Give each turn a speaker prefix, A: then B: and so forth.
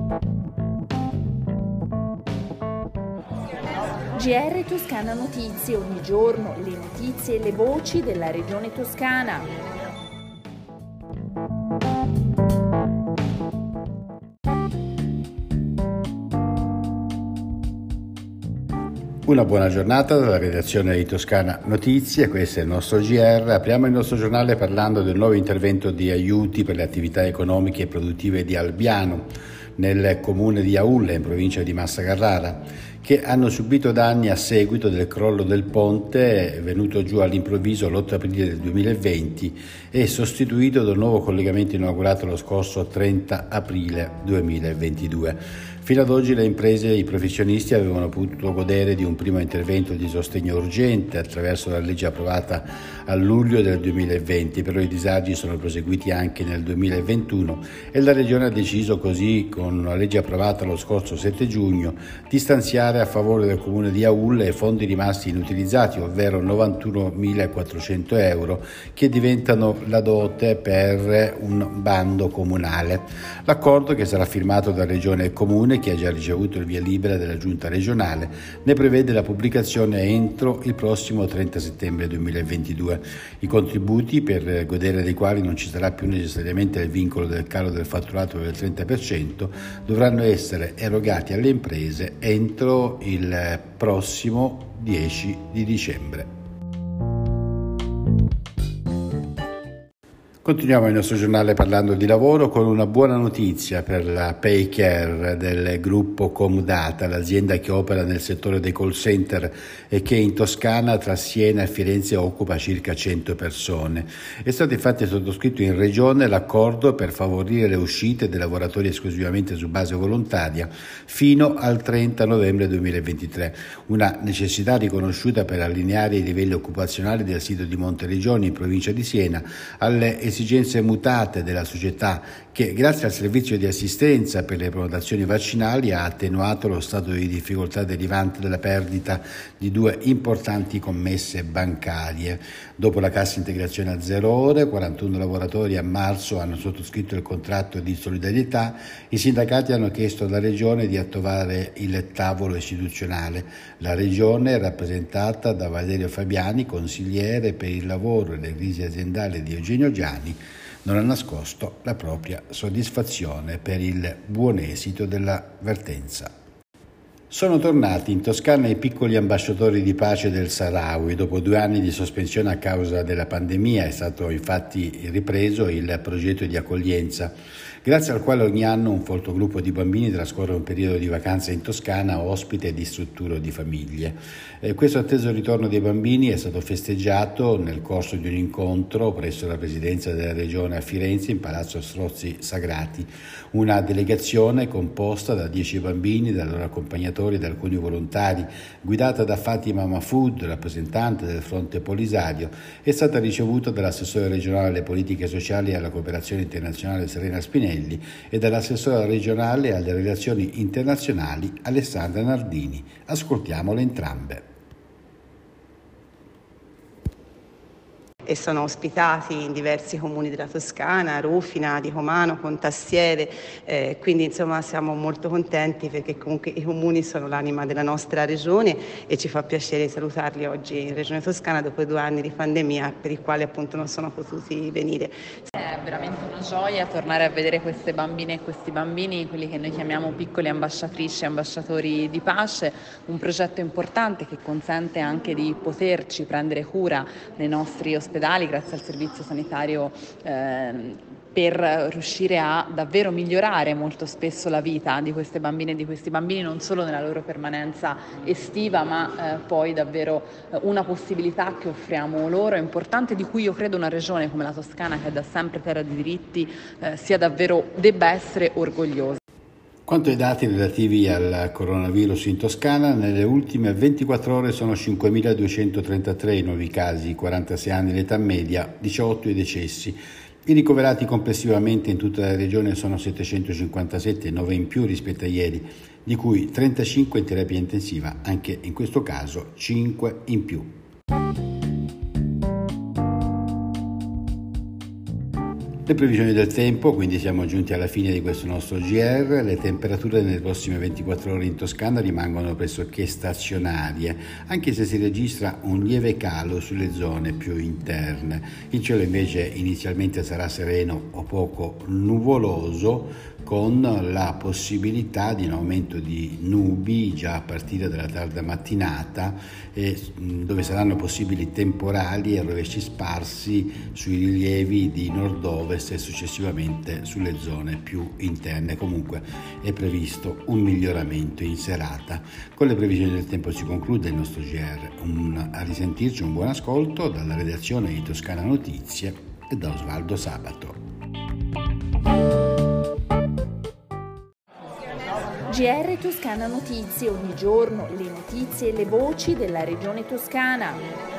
A: GR Toscana Notizie, ogni giorno le notizie e le voci della regione toscana.
B: Una buona giornata dalla redazione di Toscana Notizie, questo è il nostro GR. Apriamo il nostro giornale parlando del nuovo intervento di aiuti per le attività economiche e produttive di Albiano, nel comune di Aulle, in provincia di Massa Carrara, che hanno subito danni a seguito del crollo del ponte venuto giù all'improvviso l'8 aprile del 2020 e sostituito dal nuovo collegamento inaugurato lo scorso 30 aprile 2022. Fino ad oggi le imprese e i professionisti avevano potuto godere di un primo intervento di sostegno urgente attraverso la legge approvata a luglio del 2020, però i disagi sono proseguiti anche nel 2021 e la Regione ha deciso così, con una legge approvata lo scorso 7 giugno, di stanziare a favore del comune di Aulle fondi rimasti inutilizzati, ovvero 91.400 euro, che diventano la dote per un bando comunale. L'accordo, che sarà firmato da Regione e Comune, che ha già ricevuto il via libera della Giunta regionale, ne prevede la pubblicazione entro il prossimo 30 settembre 2022. I contributi, per godere dei quali non ci sarà più necessariamente il vincolo del calo del fatturato del 30%, dovranno essere erogati alle imprese entro il prossimo 10 di dicembre. Continuiamo il nostro giornale parlando di lavoro con una buona notizia per la Paycare del gruppo Comdata, l'azienda che opera nel settore dei call center e che in Toscana tra Siena e Firenze occupa circa 100 persone. È stato infatti sottoscritto in regione l'accordo per favorire le uscite dei lavoratori esclusivamente su base volontaria fino al 30 novembre 2023, una necessità riconosciuta per allineare i livelli occupazionali del sito di Monteriggioni in provincia di Siena alle esigenze mutate della società che, grazie al servizio di assistenza per le prenotazioni vaccinali, ha attenuato lo stato di difficoltà derivante dalla perdita di 2 importanti commesse bancarie. Dopo la cassa integrazione a 0 ore, 41 lavoratori a marzo hanno sottoscritto il contratto di solidarietà. I sindacati hanno chiesto alla Regione di attivare il tavolo istituzionale. La Regione è rappresentata da Valerio Fabiani, consigliere per il lavoro e le crisi aziendali di Eugenio Giani, non ha nascosto la propria soddisfazione per il buon esito della vertenza. Sono tornati in Toscana i piccoli ambasciatori di pace del Sahrawi. Dopo 2 anni di sospensione a causa della pandemia è stato infatti ripreso il progetto di accoglienza, grazie al quale ogni anno un folto gruppo di bambini trascorre un periodo di vacanza in Toscana, ospite di strutture o di famiglie. Questo atteso ritorno dei bambini è stato festeggiato nel corso di un incontro presso la presidenza della regione a Firenze in Palazzo Strozzi Sagrati. Una delegazione composta da 10 bambini, dai loro accompagnatori e da alcuni volontari, guidata da Fatima Mahfoud, rappresentante del Fronte Polisario, è stata ricevuta dall'assessore regionale alle politiche sociali e alla cooperazione internazionale Serena Spinelli e dall'assessore regionale alle relazioni internazionali Alessandra Nardini. Ascoltiamole entrambe.
C: E sono ospitati in diversi comuni della Toscana, Rufina, di Comano, Pontassieve, quindi insomma siamo molto contenti perché comunque i comuni sono l'anima della nostra regione e ci fa piacere salutarli oggi in Regione Toscana dopo 2 anni di pandemia per i quali appunto non sono potuti venire.
D: È veramente una gioia tornare a vedere queste bambine e questi bambini, quelli che noi chiamiamo piccoli ambasciatrici e ambasciatori di pace, un progetto importante che consente anche di poterci prendere cura nei nostri ospedali grazie al servizio sanitario per riuscire a davvero migliorare molto spesso la vita di queste bambine e di questi bambini, non solo nella loro permanenza estiva, ma poi davvero una possibilità che offriamo loro, importante, di cui io credo una regione come la Toscana, che è da sempre terra di diritti, debba essere orgogliosa.
B: Quanto ai dati relativi al coronavirus in Toscana, nelle ultime 24 ore sono 5.233 i nuovi casi, 46 anni l'età media, 18 i decessi. I ricoverati complessivamente in tutta la regione sono 757, 9 in più rispetto a ieri, di cui 35 in terapia intensiva, anche in questo caso 5 in più. Le previsioni del tempo, quindi siamo giunti alla fine di questo nostro GR. Le temperature nelle prossime 24 ore in Toscana rimangono pressoché stazionarie, anche se si registra un lieve calo sulle zone più interne. Il cielo invece inizialmente sarà sereno o poco nuvoloso, con la possibilità di un aumento di nubi già a partire dalla tarda mattinata, dove saranno possibili temporali e rovesci sparsi sui rilievi di nord-ovest e successivamente sulle zone più interne. Comunque è previsto un miglioramento in serata. Con le previsioni del tempo si conclude il nostro GR. A risentirci, un buon ascolto dalla redazione di Toscana Notizie e da Osvaldo Sabato.
A: GR Toscana Notizie, ogni giorno le notizie e le voci della regione toscana.